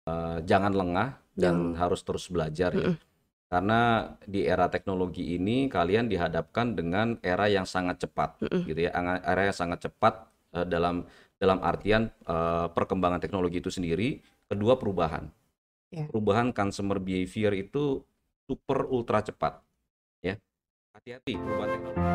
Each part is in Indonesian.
Jangan lengah dan Jangan. harus terus belajar ya. Mm-mm. Karena di era teknologi ini kalian dihadapkan dengan era yang sangat cepat, Mm-mm. gitu ya. Era yang sangat cepat dalam dalam artian perkembangan teknologi itu sendiri. Kedua, perubahan. Ya. Perubahan consumer behavior itu super ultra cepat, ya. Hati-hati perubahan teknologi.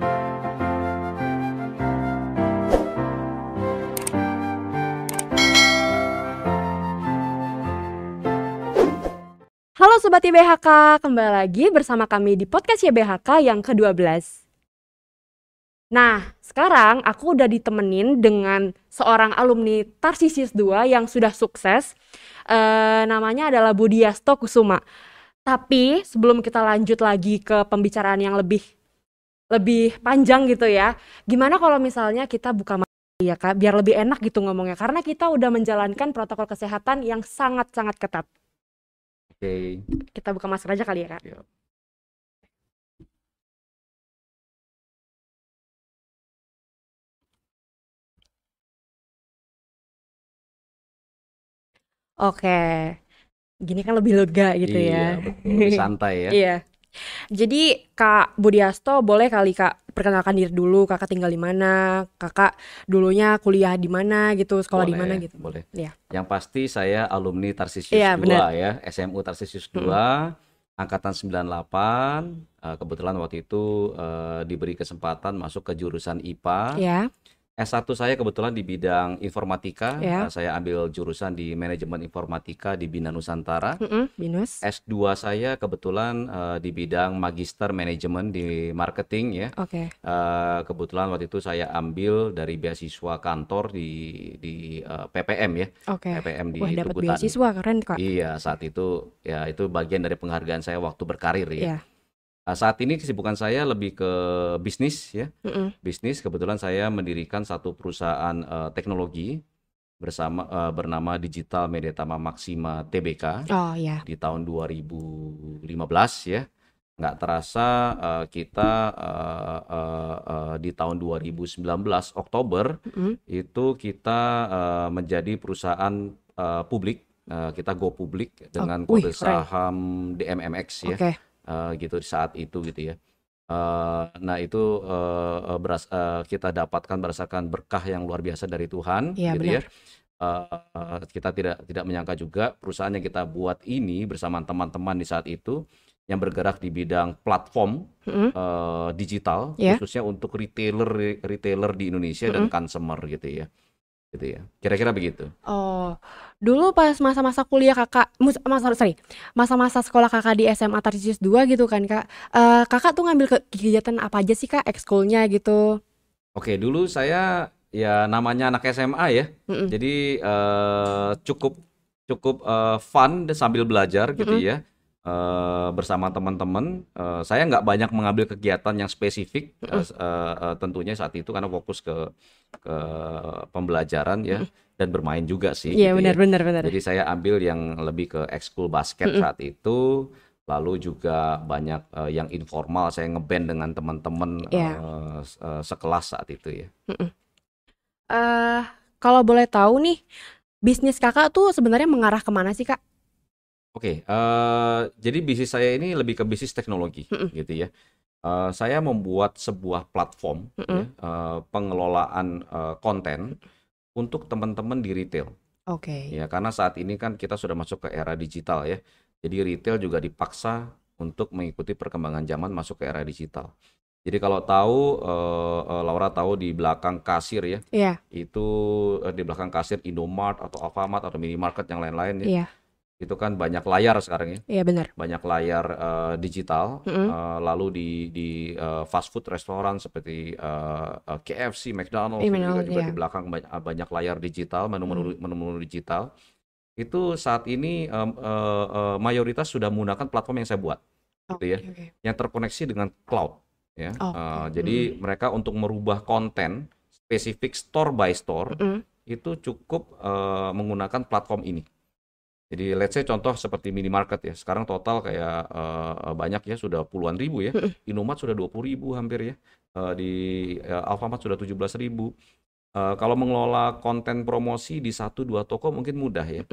Halo Sobat YBHK, kembali lagi bersama kami di podcast YBHK yang ke-12. Nah, sekarang aku udah ditemenin dengan seorang alumni Tarsisius 2 yang sudah sukses. Namanya adalah Budiasto Kusuma. Tapi sebelum kita lanjut lagi ke pembicaraan yang lebih lebih panjang gitu ya, gimana kalau misalnya kita buka ya Kak, biar lebih enak gitu ngomongnya. Karena kita udah menjalankan protokol kesehatan yang sangat-sangat ketat. Oke. Kita buka masker aja kali ya Kak. Ya. Oke, gini kan lebih lega gitu Iya, ya. betul. Lebih santai ya. Iya. Jadi Kak Budiasto boleh kali Kak perkenalkan diri dulu, Kakak tinggal di mana, Kakak dulunya kuliah di mana gitu, sekolah di mana Boleh, gitu. boleh. Iya. Yang pasti saya alumni Tarsisius Iya, benar. 2 ya, SMU Tarsisius Mm-mm. 2, angkatan 98. Kebetulan waktu itu diberi kesempatan masuk ke jurusan IPA. Iya, S1 saya kebetulan di bidang informatika, iya. saya ambil jurusan di manajemen informatika di Bina Nusantara. Binus. S2 saya kebetulan di bidang magister manajemen di marketing ya. Oke. Kebetulan waktu itu saya ambil dari beasiswa kantor di PPM ya, Oke. PPM Wah, di dapat Tugutan. beasiswa keren Kak. Iya, saat itu ya itu bagian dari penghargaan saya waktu berkarir ya. Iya. Saat ini kesibukan saya lebih ke bisnis ya. Mm-mm. Bisnis kebetulan saya mendirikan satu perusahaan teknologi bernama Digital Mediatama Maxima Tbk Oh iya. di tahun 2015 ya. Nggak terasa kita di tahun 2019 Oktober Mm-mm. itu kita menjadi perusahaan publik. Kita go publik Oh, dengan wih kode keren. saham DMMX ya. Oke. Gitu di saat itu gitu ya. Nah itu kita dapatkan berdasarkan berkah yang luar biasa dari Tuhan Iya gitu ya. benar. Kita tidak menyangka juga perusahaan yang kita buat ini bersama teman-teman di saat itu yang bergerak di bidang platform Mm-mm. digital Iya. khususnya untuk retailer retailer di Indonesia dan Mm-mm. consumer gitu ya kira-kira begitu. Oh, dulu pas masa-masa kuliah Kakak, masa-masa sekolah Kakak di SMA Tarsius 2 gitu kan Kak. Kakak tuh ngambil kegiatan apa aja sih Kak, ekskulnya gitu? Oke, dulu saya ya namanya anak SMA ya. Mm-mm. Jadi cukup cukup fun dan sambil belajar gitu Mm-mm. ya. Bersama teman-teman, saya nggak banyak mengambil kegiatan yang spesifik Mm-mm. tentunya saat itu karena fokus ke pembelajaran ya Mm-mm. dan bermain juga sih Iya gitu benar ya. benar benar. Jadi saya ambil yang lebih ke ekskul basket Mm-mm. saat itu. Lalu juga banyak yang informal saya ngeband dengan teman-teman Iya. sekelas saat itu ya. Mm-mm. Eh, Kalau boleh tahu nih, bisnis Kakak tuh sebenarnya mengarah kemana sih Kak? Oke, jadi bisnis saya ini lebih ke bisnis teknologi Mm-mm. gitu ya. Saya membuat sebuah platform ya, Mm-mm. pengelolaan konten untuk teman-teman di retail. Oke. Ya, karena saat ini kan kita sudah masuk ke era digital ya. Jadi retail juga dipaksa untuk mengikuti perkembangan zaman masuk ke era digital. Jadi kalau tahu, Laura tahu di belakang kasir ya, Iya. itu di belakang kasir Indomart atau Alfamart atau minimarket yang lain-lain ya, Iya. itu kan banyak layar sekarang ya, Iya benar. banyak layar digital. Mm-mm. Lalu di fast food restoran seperti KFC, McDonald's itu juga Email juga di ya. belakang banyak layar digital, Mm. menu-menu digital. Itu saat ini mayoritas sudah menggunakan platform yang saya buat, gitu ya, Oke oke. yang terkoneksi dengan cloud, ya. Oke. Jadi mereka untuk merubah konten spesifik store by store Mm-mm. itu cukup menggunakan platform ini. Jadi let's say contoh seperti minimarket ya, sekarang total kayak banyak ya sudah puluhan ribu ya, Mm-mm. Indomaret sudah 20.000 hampir ya, di Alfamart sudah 17.000. Kalau mengelola konten promosi di satu dua toko mungkin mudah ya.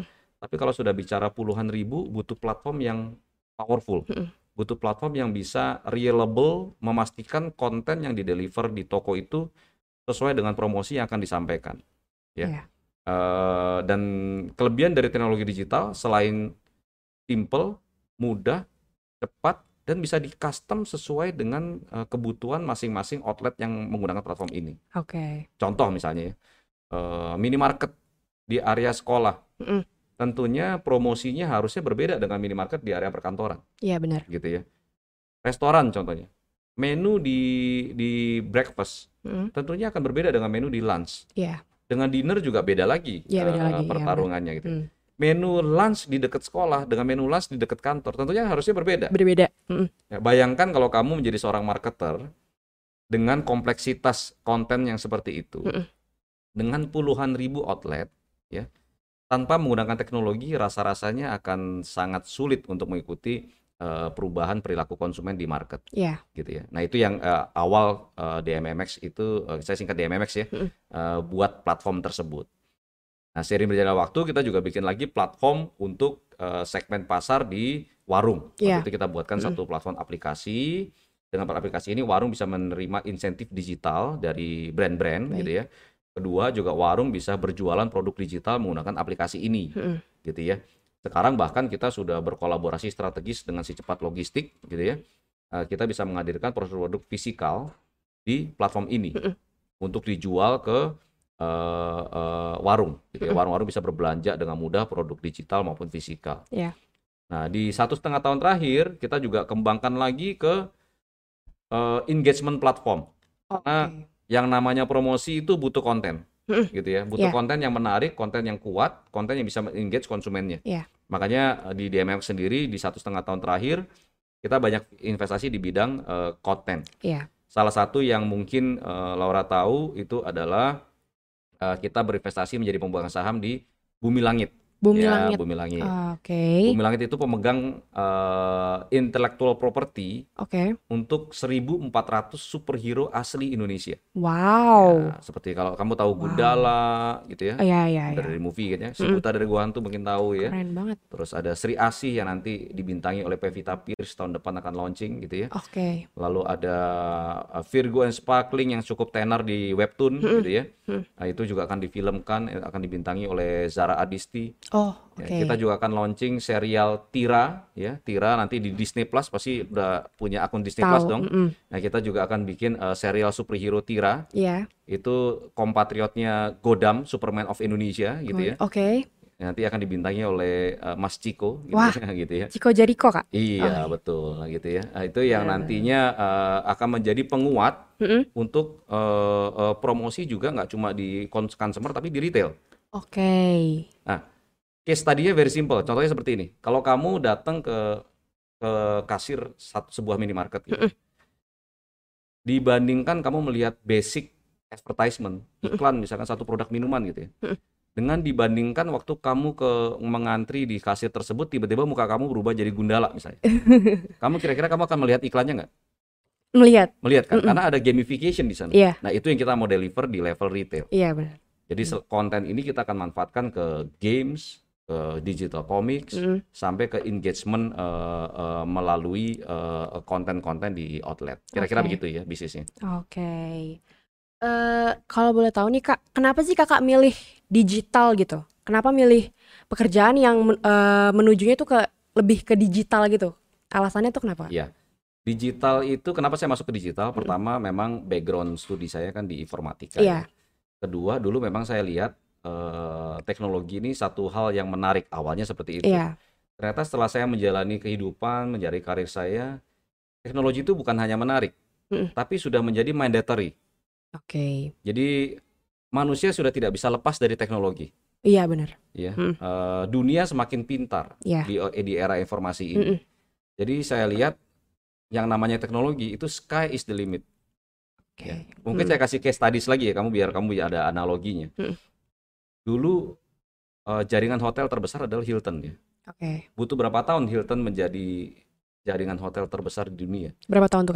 Tapi kalau sudah bicara puluhan ribu, butuh platform yang powerful. Butuh platform yang bisa reliable, memastikan konten yang di-deliver di toko itu sesuai dengan promosi yang akan disampaikan. Ya. Iya. Dan kelebihan dari teknologi digital selain simple, mudah, cepat, dan bisa di-custom sesuai dengan kebutuhan masing-masing outlet yang menggunakan platform ini. Oke. Contoh misalnya ya, minimarket di area sekolah. Tentunya promosinya harusnya berbeda dengan minimarket di area perkantoran. Iya benar. Gitu ya. Restoran contohnya. Menu di breakfast tentunya akan berbeda dengan menu di lunch. Iya. Dengan dinner juga beda lagi Beda lagi, pertarungannya gitu. Menu lunch di dekat sekolah dengan menu lunch di dekat kantor tentunya harusnya berbeda. Ya, bayangkan kalau kamu menjadi seorang marketer dengan kompleksitas konten yang seperti itu, dengan puluhan ribu outlet, ya, tanpa menggunakan teknologi, rasa-rasanya akan sangat sulit untuk mengikuti perubahan perilaku konsumen di market, gitu ya. Nah itu yang awal DMMX itu, saya singkat DMMX ya, buat platform tersebut. Nah seiring berjalannya waktu kita juga bikin lagi platform untuk segmen pasar di warung. Waktu itu kita buatkan satu platform aplikasi. Dengan aplikasi ini warung bisa menerima insentif digital dari brand-brand, gitu ya. Kedua juga warung bisa berjualan produk digital menggunakan aplikasi ini, gitu ya. Sekarang bahkan kita sudah berkolaborasi strategis dengan si Cepat Logistik, gitu ya. Kita bisa menghadirkan produk fisikal di platform ini untuk dijual ke warung, gitu ya. Warung-warung bisa berbelanja dengan mudah produk digital maupun fisikal. Nah di 1,5 tahun terakhir kita juga kembangkan lagi ke engagement platform. Karena yang namanya promosi itu butuh konten. Gitu ya, butuh konten yang menarik, konten yang kuat, konten yang bisa engage konsumennya. Makanya di DMMX sendiri di 1,5 tahun terakhir kita banyak investasi di bidang konten. Salah satu yang mungkin Laura tahu itu adalah kita berinvestasi menjadi pemegang saham di Bumi Langit. Bumi Langit. Bumi Langit itu pemegang intellectual property untuk 1.400 superhero asli Indonesia. Ya, seperti kalau kamu tahu Gundala gitu ya. Dari movie gitu ya. Si Buta dari Gua Hantu mungkin tahu ya. Keren banget. Terus ada Sri Asih yang nanti dibintangi oleh Pevita Pierce tahun depan akan launching gitu ya. Lalu ada Virgo and Sparkling yang cukup tenar di webtoon gitu ya. Nah, itu juga akan difilmkan, akan dibintangi oleh Zara Adisti. Kita juga akan launching serial Tira ya. Tira nanti di Disney Plus, pasti udah punya akun Disney Plus dong. Nah, kita juga akan bikin serial superhero Tira. Itu kompatriotnya Godam, Superman of Indonesia gitu ya. Nanti akan dibintangi oleh Mas Ciko gitu. Wah, gitu ya. Ciko Jericho, Kak? Iya, betul gitu ya. Nah, itu yang nantinya akan menjadi penguat untuk promosi juga nggak cuma di consumer tapi di retail. Nah, case tadinya very simple. Contohnya seperti ini. Kalau kamu datang ke kasir sebuah minimarket gitu. Dibandingkan kamu melihat basic advertisement, iklan misalkan satu produk minuman gitu ya. Dengan dibandingkan waktu kamu mengantri di kasir tersebut, tiba-tiba muka kamu berubah jadi Gundala misalnya. Kamu kira-kira kamu akan melihat iklannya nggak? Melihat kan? Karena ada gamification di sana. Nah itu yang kita mau deliver di level retail. Benar. Jadi konten ini kita akan manfaatkan ke games, ke digital comics, sampai ke engagement melalui konten-konten di outlet. Kira-kira begitu ya bisnisnya. Kalau boleh tahu nih Kak, kenapa sih Kakak milih digital gitu? Kenapa milih pekerjaan yang menujunya tuh lebih ke digital gitu? Alasannya tuh kenapa? Iya. Digital itu kenapa saya masuk ke digital? Pertama memang background studi saya kan di informatika. Kedua dulu memang saya lihat teknologi ini satu hal yang menarik, awalnya seperti itu. Ternyata setelah saya menjalani kehidupan, menjadi karir saya, teknologi itu bukan hanya menarik, tapi sudah menjadi mandatory. Jadi manusia sudah tidak bisa lepas dari teknologi. Benar. Ya, dunia semakin pintar di era informasi ini. Jadi saya lihat yang namanya teknologi itu sky is the limit. Mungkin saya kasih case studies lagi ya, biar kamu ada analoginya. Dulu jaringan hotel terbesar adalah Hilton ya. Butuh berapa tahun Hilton menjadi jaringan hotel terbesar di dunia? Berapa tahun tuh Kak?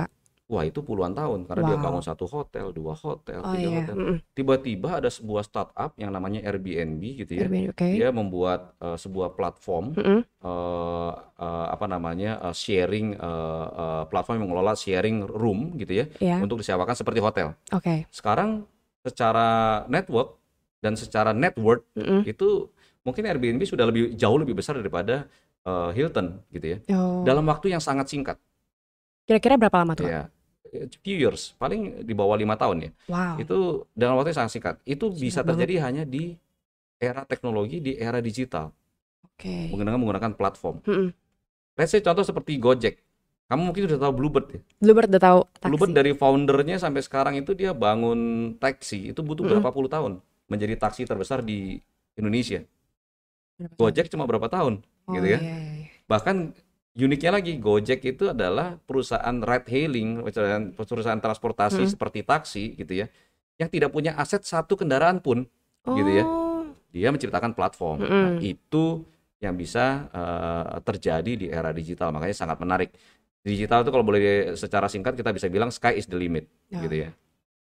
Wah, itu puluhan tahun karena dia bangun Wow. satu hotel, dua hotel, Oh tiga iya. hotel. Tiba-tiba ada sebuah startup yang namanya Airbnb gitu ya. Airbnb, oke. Dia membuat sebuah platform Mm-mm. apa namanya sharing platform yang mengelola sharing room gitu ya Iya. untuk disewakan seperti hotel. Oke. Sekarang secara network dan secara net worth Mm-mm. itu mungkin Airbnb sudah jauh lebih besar daripada Hilton gitu ya. Oh. Dalam waktu yang sangat singkat. Kira-kira berapa lama tuh, Kak? Ya, few years, paling di bawah 5 tahun ya. Wow. Itu dalam waktu yang sangat singkat. Itu bisa Singkat banget. terjadi hanya di era teknologi, di era digital, Oke. menggunakan platform. Mm-mm. Let's say contoh seperti Gojek. Kamu mungkin sudah tahu Bluebird ya. Bluebird udah tahu Bluebird taksi. dari foundernya sampai sekarang itu dia bangun taksi itu butuh Mm-mm. berapa puluh tahun menjadi taksi terbesar di Indonesia. Berapa tahun? Gojek cuma berapa tahun, Oh gitu ya. iya, iya, iya. Bahkan uniknya lagi, Gojek itu adalah perusahaan ride hailing, perusahaan transportasi Mm-mm. seperti taksi gitu ya, yang tidak punya aset satu kendaraan pun, gitu ya. Oh. Dia menciptakan platform. Nah, Mm-mm. itu yang bisa terjadi di era digital, makanya sangat menarik. Digital itu kalau boleh secara singkat kita bisa bilang sky is the limit, Oh, gitu iya. ya.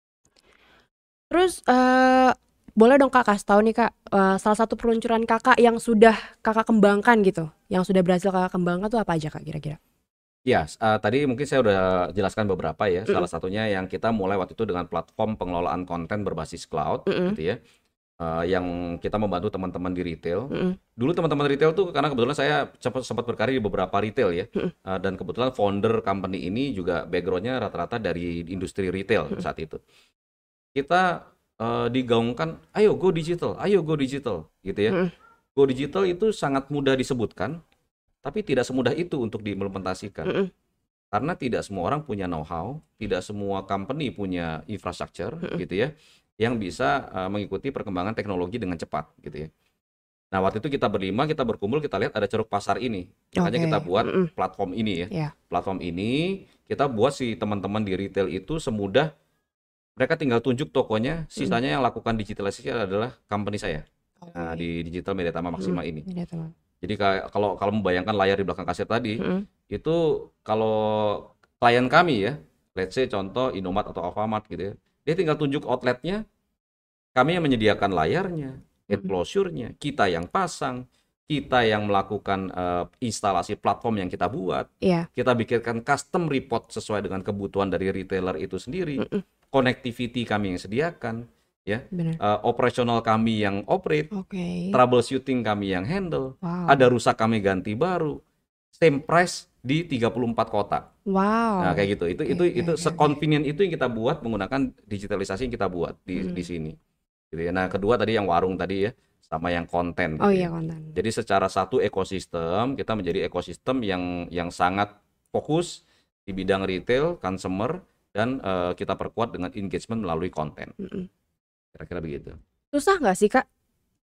Terus boleh dong Kak kasih tahu nih Kak, salah satu peluncuran Kakak yang sudah Kakak kembangkan gitu, yang sudah berhasil Kakak kembangkan tuh apa aja Kak kira-kira? Ya, tadi mungkin saya udah jelaskan beberapa ya. Mm-mm. Salah satunya yang kita mulai waktu itu dengan platform pengelolaan konten berbasis cloud, Mm-mm. gitu ya. Yang kita membantu teman-teman di retail. Mm-mm. Dulu teman-teman retail tuh karena kebetulan saya sempat berkarir di beberapa retail ya. Mm-mm. Dan kebetulan founder company ini juga backgroundnya rata-rata dari industri retail Mm-mm. saat itu. Kita digaungkan, ayo go digital, gitu ya. Mm-mm. Go digital itu sangat mudah disebutkan, tapi tidak semudah itu untuk diimplementasikan. Mm-mm. Karena tidak semua orang punya know-how, tidak semua company punya infrastructure, Mm-mm. gitu ya, yang bisa mengikuti perkembangan teknologi dengan cepat, gitu ya. Nah, waktu itu kita berlima, kita berkumpul, kita lihat ada ceruk pasar ini. Makanya Oke. kita buat Mm-mm. platform ini ya. Ya. Platform ini kita buat si teman-teman di retail itu semudah mereka tinggal tunjuk tokonya, Mm-mm. sisanya yang lakukan digitalisasi adalah company saya. Nah, Oke. di Digital Media Tama Maxima Mm-mm. ini. Ini teman. Jadi kalau kalau membayangkan layar di belakang kaset tadi, Mm-mm. itu kalau klien kami ya, let's say contoh Indomaret atau Alfamart gitu ya, dia tinggal tunjuk outletnya, kami yang menyediakan layarnya, Mm-mm. enclosure-nya, kita yang pasang, kita yang melakukan instalasi platform yang kita buat, Iya. kita bikinkan custom report sesuai dengan kebutuhan dari retailer itu sendiri, Mm-mm. connectivity kami yang sediakan, ya, Benar. operasional kami yang operate, Oke. troubleshooting kami yang handle, Wow. ada rusak kami ganti baru, same price di 34 kota. Nah, Wow. kayak gitu. Oke, Itu oke, oke, oke. seconvenient itu yang kita buat menggunakan digitalisasi yang kita buat di Mm-mm. sini. Gitu ya. Nah, kedua tadi yang warung tadi ya, sama yang konten Oh gitu ya. iya, konten. Jadi secara satu ekosistem, kita menjadi ekosistem yang sangat fokus di bidang retail, consumer, dan kita perkuat dengan engagement melalui konten. Mm-mm. Kira-kira begitu. Susah nggak sih Kak?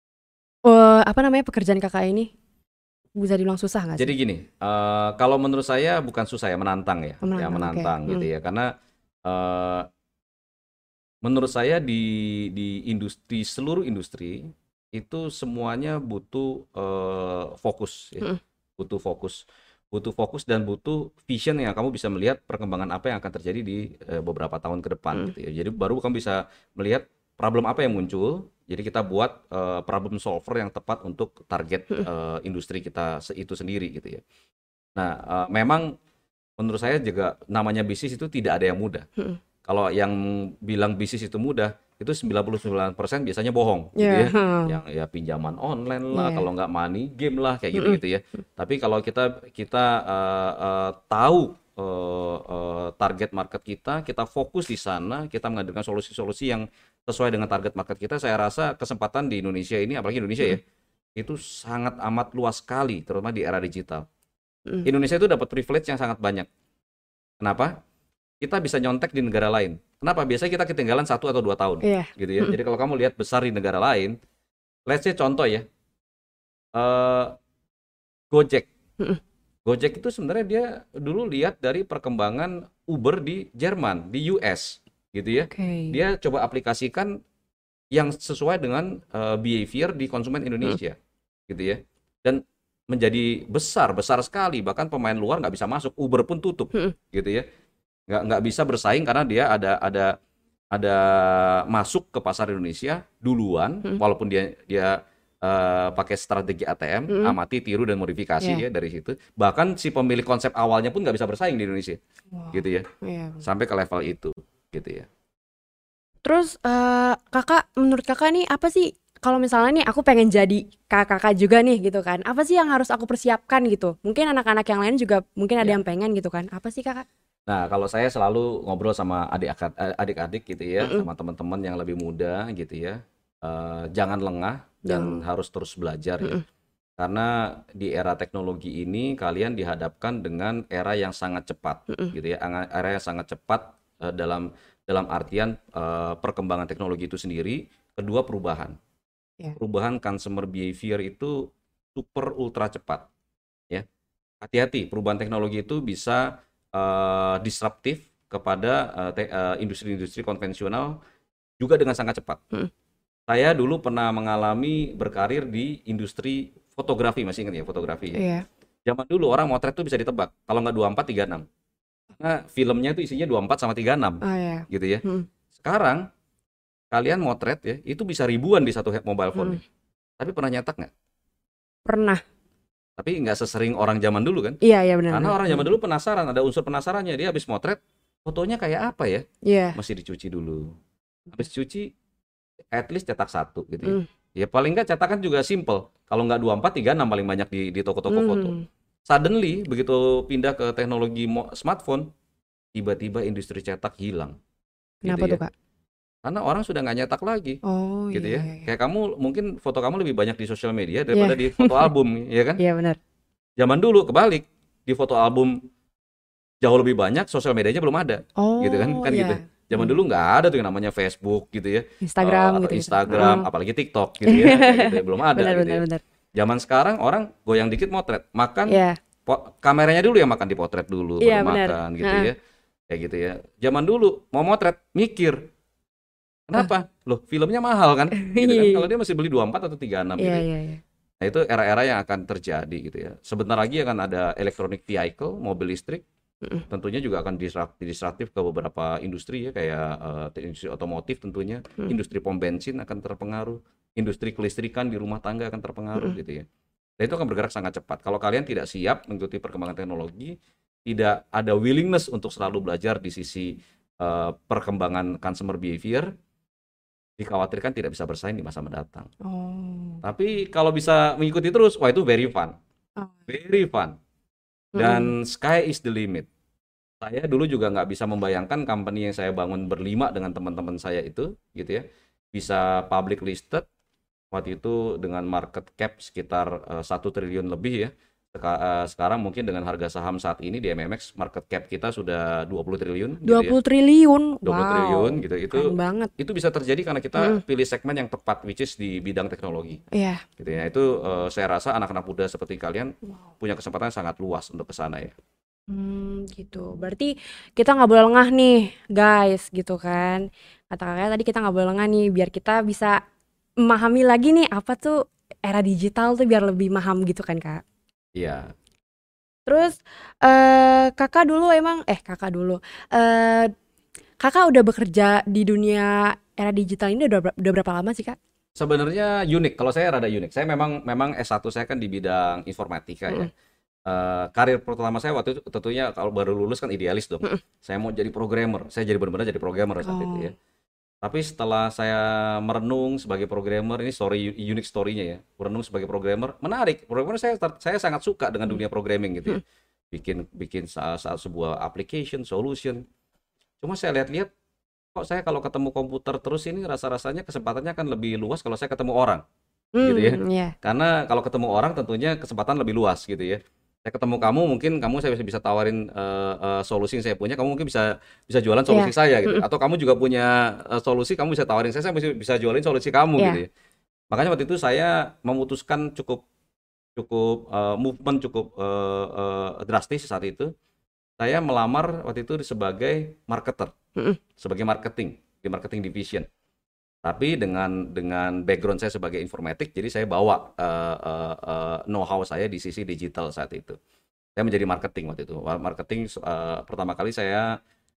Apa namanya pekerjaan Kakak ini? Bisa dibilang susah nggak Jadi sih? gini, kalau menurut saya bukan susah ya, menantang ya, Oh, ya menantang, oke. menantang gitu ya. Karena eh, menurut saya di industri, seluruh industri itu semuanya butuh fokus ya. Mm-mm. Butuh fokus dan butuh vision yang kamu bisa melihat perkembangan apa yang akan terjadi di beberapa tahun ke depan Mm. gitu ya. Jadi baru kamu bisa melihat problem apa yang muncul. Jadi kita buat problem solver yang tepat untuk target industri kita itu sendiri gitu ya. Nah, memang menurut saya juga namanya bisnis itu tidak ada yang mudah. Mm-mm. Kalau yang bilang bisnis itu mudah, itu 99% biasanya bohong gitu Iya. ya. Yang ya pinjaman online lah, Iya. kalau nggak money game lah kayak Mm-mm. gitu-gitu ya. Tapi kalau kita tahu target market kita fokus di sana, kita menghadirkan solusi-solusi yang sesuai dengan target market kita, saya rasa kesempatan di Indonesia ini, apalagi Indonesia ya, itu sangat amat luas sekali, terutama di era digital. Mm. Indonesia itu dapat privilege yang sangat banyak. Kenapa? Kita bisa nyontek di negara lain. Kenapa? Biasanya kita ketinggalan 1 atau 2 tahun, Iya. gitu ya. Jadi kalau kamu lihat besar di negara lain, let's say contoh ya, Gojek. Mm-mm. Gojek itu sebenarnya dia dulu lihat dari perkembangan Uber di Jerman, di US, gitu ya. Oke. Dia coba aplikasikan yang sesuai dengan behavior di konsumen Indonesia, gitu ya. Dan menjadi besar sekali, bahkan pemain luar nggak bisa masuk, Uber pun tutup, Mm-mm. gitu ya. nggak bisa bersaing karena dia ada masuk ke pasar Indonesia duluan, Mm-mm. walaupun dia pakai strategi ATM, Mm-mm. amati, tiru, dan modifikasi Iya. ya dari situ. Bahkan si pemilik konsep awalnya pun nggak bisa bersaing di Indonesia, Wow. gitu ya. Iya. Sampai ke level itu, gitu ya. Terus kakak, menurut kakak nih apa sih kalau misalnya nih aku pengen jadi kakak juga nih gitu kan? Apa sih yang harus aku persiapkan gitu? Mungkin anak-anak yang lain juga mungkin ada Ya. yang pengen gitu kan? Apa sih kakak? Nah, kalau saya selalu ngobrol sama adik-adik gitu ya, Mm-mm. sama teman-teman yang lebih muda gitu ya. Jangan lengah dan Jangan. harus terus belajar ya. Mm-mm. Karena di era teknologi ini kalian dihadapkan dengan era yang sangat cepat Mm-mm. gitu ya. Era yang sangat cepat dalam artian perkembangan teknologi itu sendiri, kedua perubahan. Ya. Perubahan consumer behavior itu super ultra cepat ya. Hati-hati, perubahan teknologi itu bisa disruptif kepada industri-industri konvensional juga dengan sangat cepat. Mm-mm. Saya dulu pernah mengalami berkarir di industri fotografi, masih ingat ya fotografi ya. Iya. Zaman dulu orang motret tuh bisa ditebak, kalau nggak 24, 36. Karena filmnya itu isinya 24 sama 36, Oh ya. gitu ya. Mm-mm. Sekarang kalian motret ya, itu bisa ribuan di satu mobile phone. Mm-mm. Tapi pernah nyetak nggak? Pernah. Tapi nggak sesering orang zaman dulu kan? Iya, iya benar. Karena orang zaman dulu penasaran, ada unsur penasarannya. Dia habis motret, fotonya kayak apa ya? Iya. Mesti dicuci dulu. Habis cuci, at least cetak satu gitu ya. Mm. Ya paling nggak cetakan juga simple. Kalau nggak 24, 36 paling banyak di toko-toko foto. Mm. Suddenly, begitu pindah ke teknologi smartphone, tiba-tiba industri cetak hilang. Kenapa Gitu tuh ya. kak? Karena orang sudah nggak nyetak lagi. Oh Gitu iya, ya. iya, iya. Kayak kamu, mungkin foto kamu lebih banyak di sosial media Iya. daripada di foto album, ya kan? Iya benar. Zaman dulu kebalik, di foto album jauh lebih banyak, sosial medianya belum ada. Gitu kan? Oh Kan gitu. iya. Zaman Mm. dulu nggak ada tuh yang namanya Facebook gitu ya. Instagram Atau gitu. Instagram, Oh. apalagi TikTok gitu ya. Kayak gitu ya. Belum ada Benar, gitu benar, ya. benar. Zaman sekarang orang goyang dikit motret, makan Iya. kameranya dulu yang makan, dipotret dulu Iya baru benar. makan gitu Heeh. ya. Kayak gitu ya. Zaman dulu mau motret mikir. Wah. Kenapa? Loh, filmnya mahal kan? Gitu kan. Kalau dia masih beli 24 atau 36 gitu Iya, ya. iya, iya. Nah, itu era-era yang akan terjadi gitu ya. Sebentar lagi akan ada electronic vehicle, mobil listrik. Mm-mm. Tentunya juga akan disruptif ke beberapa industri ya, kayak industri otomotif tentunya, Mm. industri pom bensin akan terpengaruh, industri kelistrikan di rumah tangga akan terpengaruh Mm-mm. gitu ya. Dan itu akan bergerak sangat cepat. Kalau kalian tidak siap mengikuti perkembangan teknologi, tidak ada willingness untuk selalu belajar di sisi perkembangan consumer behavior, dikhawatirkan tidak bisa bersaing di masa mendatang. Oh. Tapi kalau bisa mengikuti terus, wah itu very fun. Oh. Very fun. Mm-mm. Dan sky is the limit. Saya dulu juga nggak bisa membayangkan company yang saya bangun berlima dengan teman-teman saya itu, gitu ya, bisa public listed waktu itu dengan market cap sekitar 1 triliun lebih ya. Sekarang mungkin dengan harga saham saat ini di MMX market cap kita sudah 20 triliun gitu ya. 20 triliun. 20 triliun Wow. gitu. Keren banget. Itu bisa terjadi karena kita pilih segmen yang tepat, which is di bidang teknologi. Iya. Gitu ya. Itu saya rasa anak-anak muda seperti kalian punya kesempatan yang sangat luas untuk ke sana ya. Gitu. Berarti kita nggak boleh lengah nih, guys, gitu kan. Kata kakaknya tadi kita nggak boleh lengah nih, biar kita bisa memahami lagi nih apa tuh era digital tuh biar lebih paham gitu kan, Kak. Iya. Terus kakak dulu kakak udah bekerja di dunia era digital ini udah berapa lama sih, Kak? Sebenarnya unik. Kalau saya rada unik. Saya memang S1 saya kan di bidang informatika ya. Karir pertama saya waktu itu tentunya kalau baru lulus kan idealis dong. Saya mau jadi programmer. Saya jadi benar-benar jadi programmer saat itu ya. Tapi setelah saya merenung sebagai programmer, ini unik story-nya ya. Merenung sebagai programmer, menarik. Programmer saya sangat suka dengan dunia programming gitu ya. Bikin sebuah application, solution. Cuma saya lihat-lihat, kok saya kalau ketemu komputer terus ini rasa-rasanya kesempatannya akan lebih luas kalau saya ketemu orang. Gitu ya. Iya. Karena kalau ketemu orang tentunya kesempatan lebih luas gitu ya. Saya ketemu kamu, mungkin saya bisa tawarin solusi yang saya punya, kamu mungkin bisa jualan solusi saya gitu. Atau kamu juga punya solusi, kamu bisa tawarin saya bisa jualin solusi kamu gitu ya. Makanya waktu itu saya memutuskan cukup movement cukup drastis saat itu. Saya melamar waktu itu sebagai marketer, sebagai di marketing division. Tapi dengan background saya sebagai informatik, jadi saya bawa know-how saya di sisi digital saat itu. Saya menjadi marketing waktu itu. Marketing pertama kali saya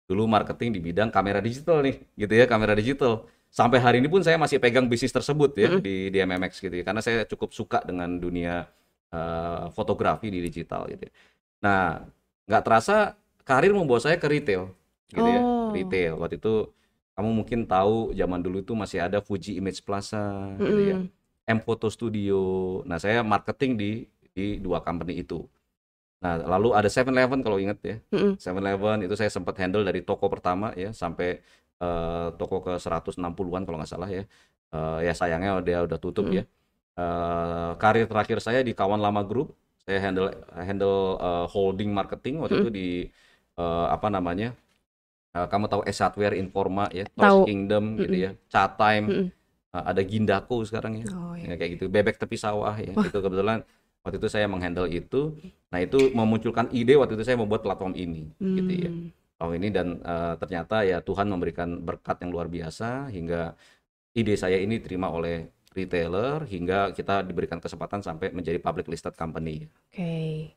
dulu marketing di bidang kamera digital nih, gitu ya, kamera digital. Sampai hari ini pun saya masih pegang bisnis tersebut ya Mm-mm. di MMX gitu ya, karena saya cukup suka dengan dunia fotografi di digital gitu ya. Nah, nggak terasa karir membawa saya ke retail gitu ya, Oh. retail. Waktu itu kamu mungkin tahu zaman dulu itu masih ada Fuji Image Plaza gitu ya, Mm-mm. M Photo Studio. Nah, saya marketing di dua company itu. Nah, lalu ada 7-Eleven kalau ingat ya. Mm-mm. 7-Eleven itu saya sempat handle dari toko pertama ya sampai toko ke 160-an kalau nggak salah ya. Ya sayangnya dia udah tutup ya. Mm-mm. Karir terakhir saya di Kawan Lama Group, saya handle handle holding marketing waktu itu Mm-mm. di apa namanya? Kamu tahu Esatware Informa ya, Toys Tahu. Kingdom gitu Mm-mm. ya, Chatime, Mm-mm. ada Gindako sekarang ya. Oh ya. Ya kayak gitu, Bebek Tepi Sawah ya. Wah. Itu kebetulan waktu itu saya menghandle itu. Nah, itu memunculkan ide waktu itu saya membuat platform ini gitu ya. Hmm. Platform ini dan ternyata ya Tuhan memberikan berkat yang luar biasa hingga ide saya ini diterima oleh retailer hingga kita diberikan kesempatan sampai menjadi public listed company. Oke.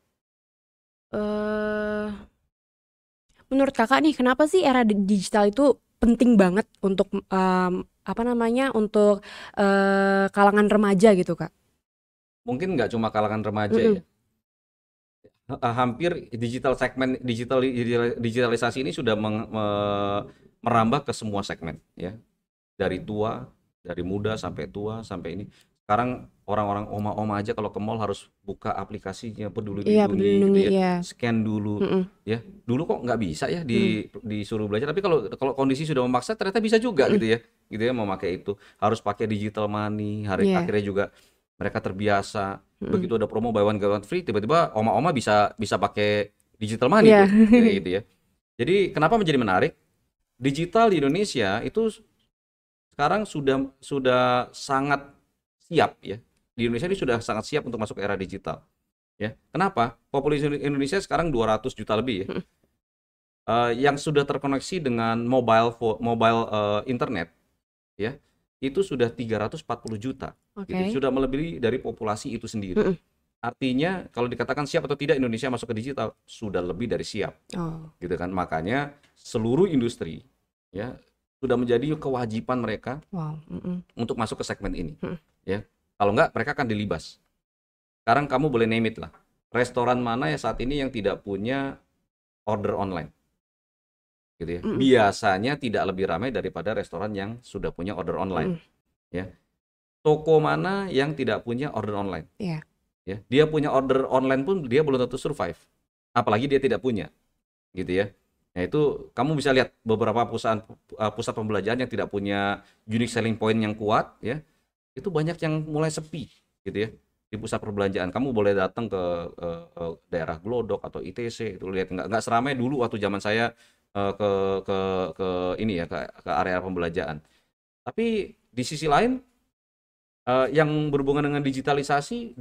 eh Menurut kakak nih, kenapa sih era digital itu penting banget untuk apa namanya, untuk kalangan remaja gitu kak? Mungkin nggak cuma kalangan remaja ya. Mm-mm. Hampir digital segmen digitalisasi ini sudah merambah ke semua segmen ya, dari tua, dari muda sampai tua sampai ini. Sekarang orang-orang oma-oma aja kalau ke mall harus buka aplikasinya Peduli Iya, Peduli Lindungi gitu Lindungi, ya, iya. scan dulu Mm-mm. ya. Dulu kok nggak bisa ya Mm-mm. disuruh belajar, tapi kalau kalau kondisi sudah memaksa ternyata bisa juga Mm-mm. gitu ya memakai itu. Harus pakai digital money, Iya. akhirnya juga mereka terbiasa. Mm-mm. Begitu ada promo buy one get one free, tiba-tiba oma-oma bisa bisa pakai digital money Iya. tuh kayak gitu ya. Jadi kenapa menjadi menarik? Digital di Indonesia itu sekarang sudah sangat siap ya. Di Indonesia ini sudah sangat siap untuk masuk ke era digital ya. Kenapa? Populasi Indonesia sekarang 200 juta lebih ya. Mm-mm. Yang sudah terkoneksi dengan mobile internet ya. Itu sudah 340 juta gitu. Oke. Sudah melebihi dari populasi itu sendiri. Mm-mm. Artinya kalau dikatakan siap atau tidak Indonesia masuk ke digital, sudah lebih dari siap Oh. gitu kan. Makanya seluruh industri ya sudah menjadi kewajiban mereka Wow. Mm-mm. untuk masuk ke segmen ini Mm-mm. ya. Kalau enggak mereka akan dilibas. Sekarang kamu boleh name it lah. Restoran mana ya saat ini yang tidak punya order online gitu ya. Mm-mm. Biasanya tidak lebih ramai daripada restoran yang sudah punya order online Mm-mm. ya. Toko mana yang tidak punya order online Iya. ya. Dia punya order online pun dia belum tentu survive. Apalagi dia tidak punya gitu ya. Nah, itu kamu bisa lihat beberapa pusat pembelanjaan yang tidak punya unique selling point yang kuat ya. Itu banyak yang mulai sepi gitu ya. Di pusat perbelanjaan kamu boleh datang ke daerah Glodok atau ITC itu lihat nggak seramai dulu waktu zaman saya ke ke ke ini ya ke area pembelanjaan. Tapi di sisi lain yang berhubungan dengan digitalisasi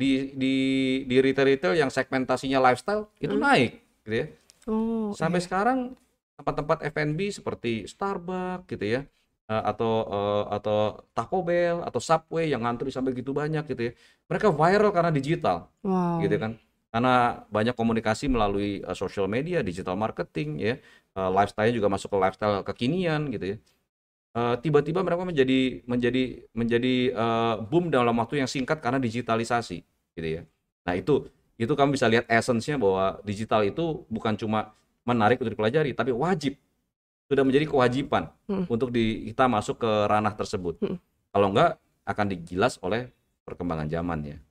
di retail-retail yang segmentasinya lifestyle itu Mm. naik gitu ya. Oh Sampai iya. sekarang tempat-tempat F&B seperti Starbucks gitu ya, atau Taco Bell atau Subway yang ngantri sampai gitu banyak gitu ya. Mereka viral karena digital gitu Wow. kan. Karena banyak komunikasi melalui social media, digital marketing ya, lifestyle juga masuk ke lifestyle kekinian gitu ya. Tiba-tiba mereka menjadi menjadi menjadi boom dalam waktu yang singkat karena digitalisasi gitu ya. Nah, itu kamu bisa lihat essence-nya bahwa digital itu bukan cuma menarik untuk dipelajari, tapi wajib, sudah menjadi kewajiban Mm. untuk kita masuk ke ranah tersebut. Mm. Kalau enggak akan digilas oleh perkembangan zaman ya.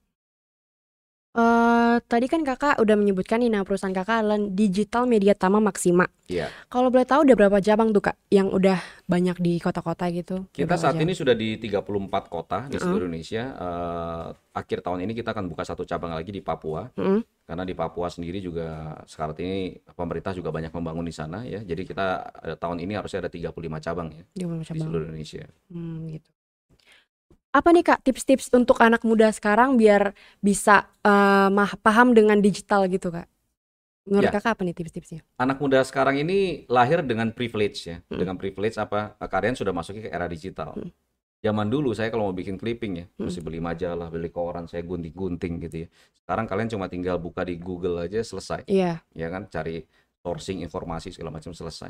Tadi kan kakak udah menyebutkan nih, nama perusahaan kakak adalah Digital Media Tama Maxima. Iya. Kalau boleh tahu udah berapa cabang tuh kak yang udah banyak di kota-kota gitu? Udah Kita berapa saat cabang? ini sudah di 34 kota di Heeh. seluruh Indonesia. Akhir tahun ini kita akan buka satu cabang lagi di Papua. Heeh. Karena di Papua sendiri juga sekarang ini pemerintah juga banyak membangun di sana ya. Jadi kita tahun ini harusnya ada 35 cabang ya Dia berapa di cabang? seluruh Indonesia. Gitu. Apa nih kak tips-tips untuk anak muda sekarang biar bisa paham dengan digital gitu kak? Menurut Ya, kakak apa nih tips-tipsnya? anak muda sekarang ini lahir dengan privilege ya. Mm. Dengan privilege apa? Kalian sudah masuki ke era digital. Mm. Zaman dulu saya kalau mau bikin clipping ya, Mm. mesti beli majalah, beli koran, saya gunting-gunting gitu ya. Sekarang kalian cuma tinggal buka di Google aja selesai. Iya. Ya kan, cari sourcing informasi segala macam selesai.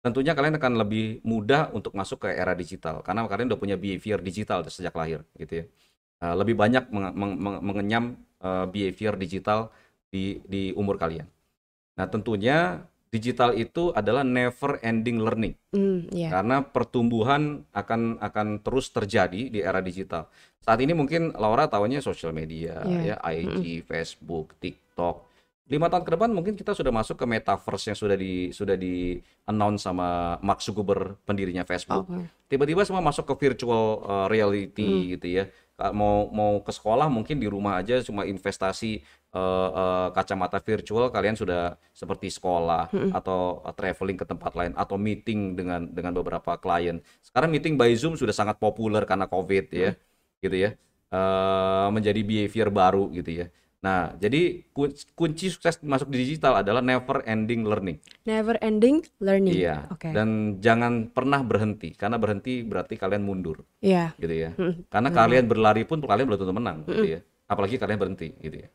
tentunya kalian akan lebih mudah untuk masuk ke era digital karena kalian udah punya behavior digital sejak lahir gitu ya. Lebih banyak mengenyam behavior digital di umur kalian. Nah, tentunya digital itu adalah never ending learning Iya. karena pertumbuhan akan terus terjadi di era digital. Saat ini mungkin Laura tahunya sosial media Iya. ya, IG, Facebook, TikTok. 5 tahun ke depan mungkin kita sudah masuk ke metaverse yang sudah di announce sama Mark Zuckerberg, pendirinya Facebook. Oke. Tiba-tiba semua masuk ke virtual Mm. reality gitu ya. Mau ke sekolah mungkin di rumah aja cuma investasi kacamata virtual kalian sudah seperti sekolah Mm-mm. atau traveling ke tempat lain atau meeting dengan beberapa klien. Sekarang meeting by Zoom sudah sangat populer karena COVID ya, Mm. gitu ya. Menjadi behavior baru gitu ya. Nah, jadi kunci sukses masuk di digital adalah never ending learning. Never ending learning. Iya, Oke. dan jangan pernah berhenti karena berhenti berarti kalian mundur Iya. gitu ya. Mm. Karena Benar kalian banget. berlari pun kalian belum tentu menang gitu Mm-mm. ya. Apalagi kalian berhenti gitu ya.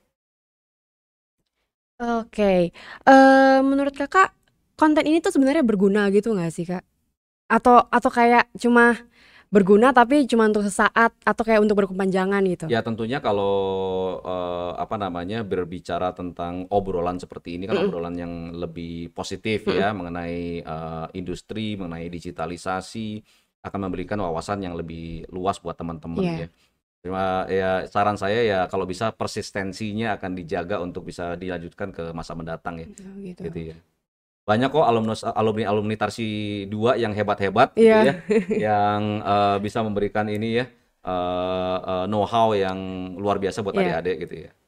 Oke. Menurut kakak konten ini tuh sebenarnya berguna gitu nggak sih kak? Atau kayak cuma berguna tapi cuma untuk sesaat atau kayak untuk berkepanjangan gitu? Ya tentunya kalau apa namanya berbicara tentang obrolan seperti ini kan Mm-mm. obrolan yang lebih positif Mm-mm. ya mengenai industri, mengenai digitalisasi akan memberikan wawasan yang lebih luas buat teman-teman Iya. ya. Cuma ya saran saya ya kalau bisa persistensinya akan dijaga untuk bisa dilanjutkan ke masa mendatang ya, Oh, gitu. gitu ya. Banyak kok alumni Tarsi 2 yang hebat-hebat gitu Iya. ya, yang bisa memberikan ini ya, know-how yang luar biasa buat Iya. adik-adik gitu ya.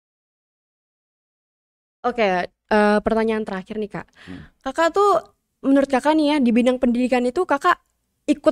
Oke. Pertanyaan terakhir nih kak. Hmm. Kakak tuh menurut kakak nih ya di bidang pendidikan itu kakak ikut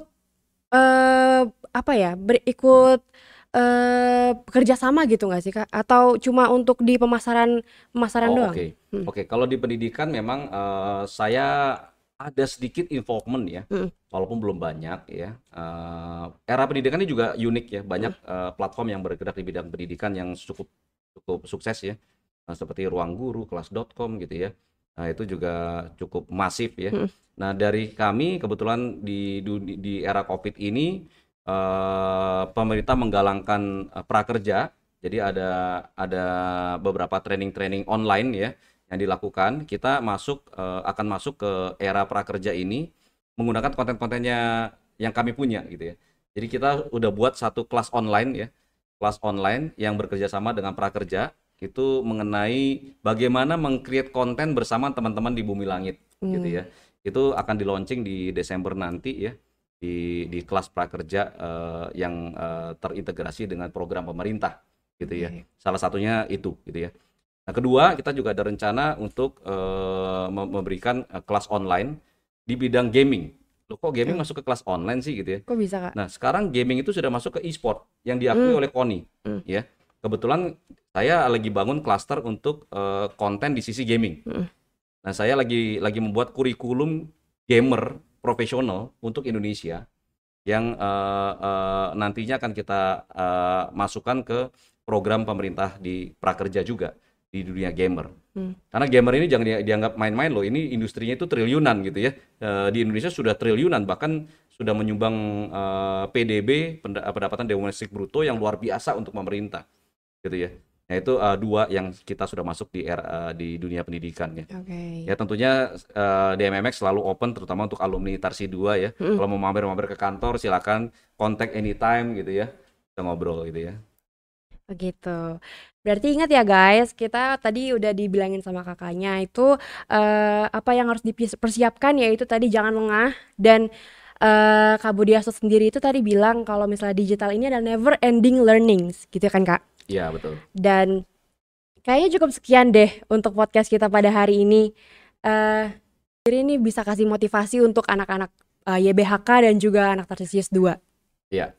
apa ya ikut bekerja sama gitu nggak sih kak? Atau cuma untuk di pemasaran Oh doang? oke, oke. Kalau di pendidikan memang saya ada sedikit involvement ya, Mm. walaupun belum banyak ya. Era pendidikan ini juga unik ya, banyak Mm. platform yang bergerak di bidang pendidikan yang cukup cukup sukses ya. Seperti Ruang Guru, kelas.com gitu ya. Nah, itu juga cukup masif ya. Mm. Nah, dari kami kebetulan di era COVID ini pemerintah menggalangkan prakerja. Jadi ada beberapa training-training online ya yang dilakukan. Kita akan masuk ke era prakerja ini menggunakan konten-kontennya yang kami punya gitu ya. Jadi kita udah buat satu kelas online ya, kelas online yang bekerja sama dengan prakerja itu mengenai bagaimana meng-create konten bersama teman-teman di Bumi Langit gitu Mm. ya. Itu akan di-launching di Desember nanti ya di kelas prakerja yang terintegrasi dengan program pemerintah gitu ya. Oke. Salah satunya itu gitu ya. Nah, kedua kita juga ada rencana untuk memberikan kelas online di bidang gaming. Loh, kok gaming Oh, masuk ke kelas online sih gitu ya. kok bisa kak? Nah, sekarang gaming itu sudah masuk ke e-sport yang diakui Mm. oleh KONI Mm. ya. Kebetulan saya lagi bangun klaster untuk konten di sisi gaming. Mm. Nah, saya lagi membuat kurikulum gamer profesional untuk Indonesia yang nantinya akan kita masukkan ke program pemerintah di prakerja juga di dunia gamer. Mm. Karena gamer ini jangan dianggap main-main loh. Ini industrinya itu triliunan gitu ya. Di Indonesia sudah triliunan, bahkan sudah menyumbang PDB pendapatan domestik bruto yang luar biasa untuk pemerintah gitu ya. Nah itu dua yang kita sudah masuk di dunia pendidikan ya. Oke. Ya tentunya DMMX selalu open terutama untuk alumni Tarsi 2 ya. Mm. Kalau mau mampir-mampir ke kantor silakan kontak anytime gitu ya. Kita ngobrol gitu ya. Begitu. Berarti ingat ya guys, kita tadi udah dibilangin sama kakaknya itu apa yang harus dipersiapkan yaitu tadi jangan lengah dan Kak Budiasto sendiri itu tadi bilang kalau misalnya digital ini adalah never ending learnings gitu kan Kak. Iya betul. Dan kayaknya cukup sekian deh untuk podcast kita pada hari ini. Jadi ini bisa kasih motivasi untuk anak-anak YBHK dan juga anak Tarsius 2. Iya.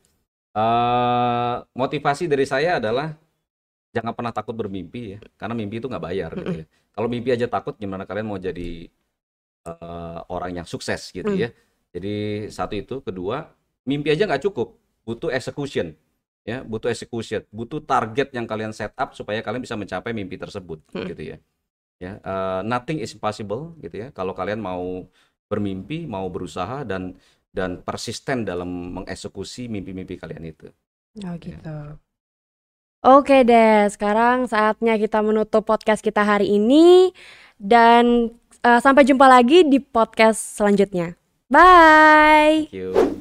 Motivasi dari saya adalah jangan pernah takut bermimpi ya, karena mimpi itu nggak bayar gitu ya. Kalau mimpi aja takut, gimana kalian mau jadi orang yang sukses gitu ya. Jadi satu itu, kedua, mimpi aja nggak cukup, butuh execution ya, butuh execution, butuh target yang kalian set up supaya kalian bisa mencapai mimpi tersebut gitu ya. Ya, nothing is impossible gitu ya. Kalau kalian mau bermimpi, mau berusaha dan persisten dalam mengeksekusi mimpi-mimpi kalian itu. Oh Ya. gitu. Oke deh, sekarang saatnya kita menutup podcast kita hari ini dan sampai jumpa lagi di podcast selanjutnya. Bye. Thank you.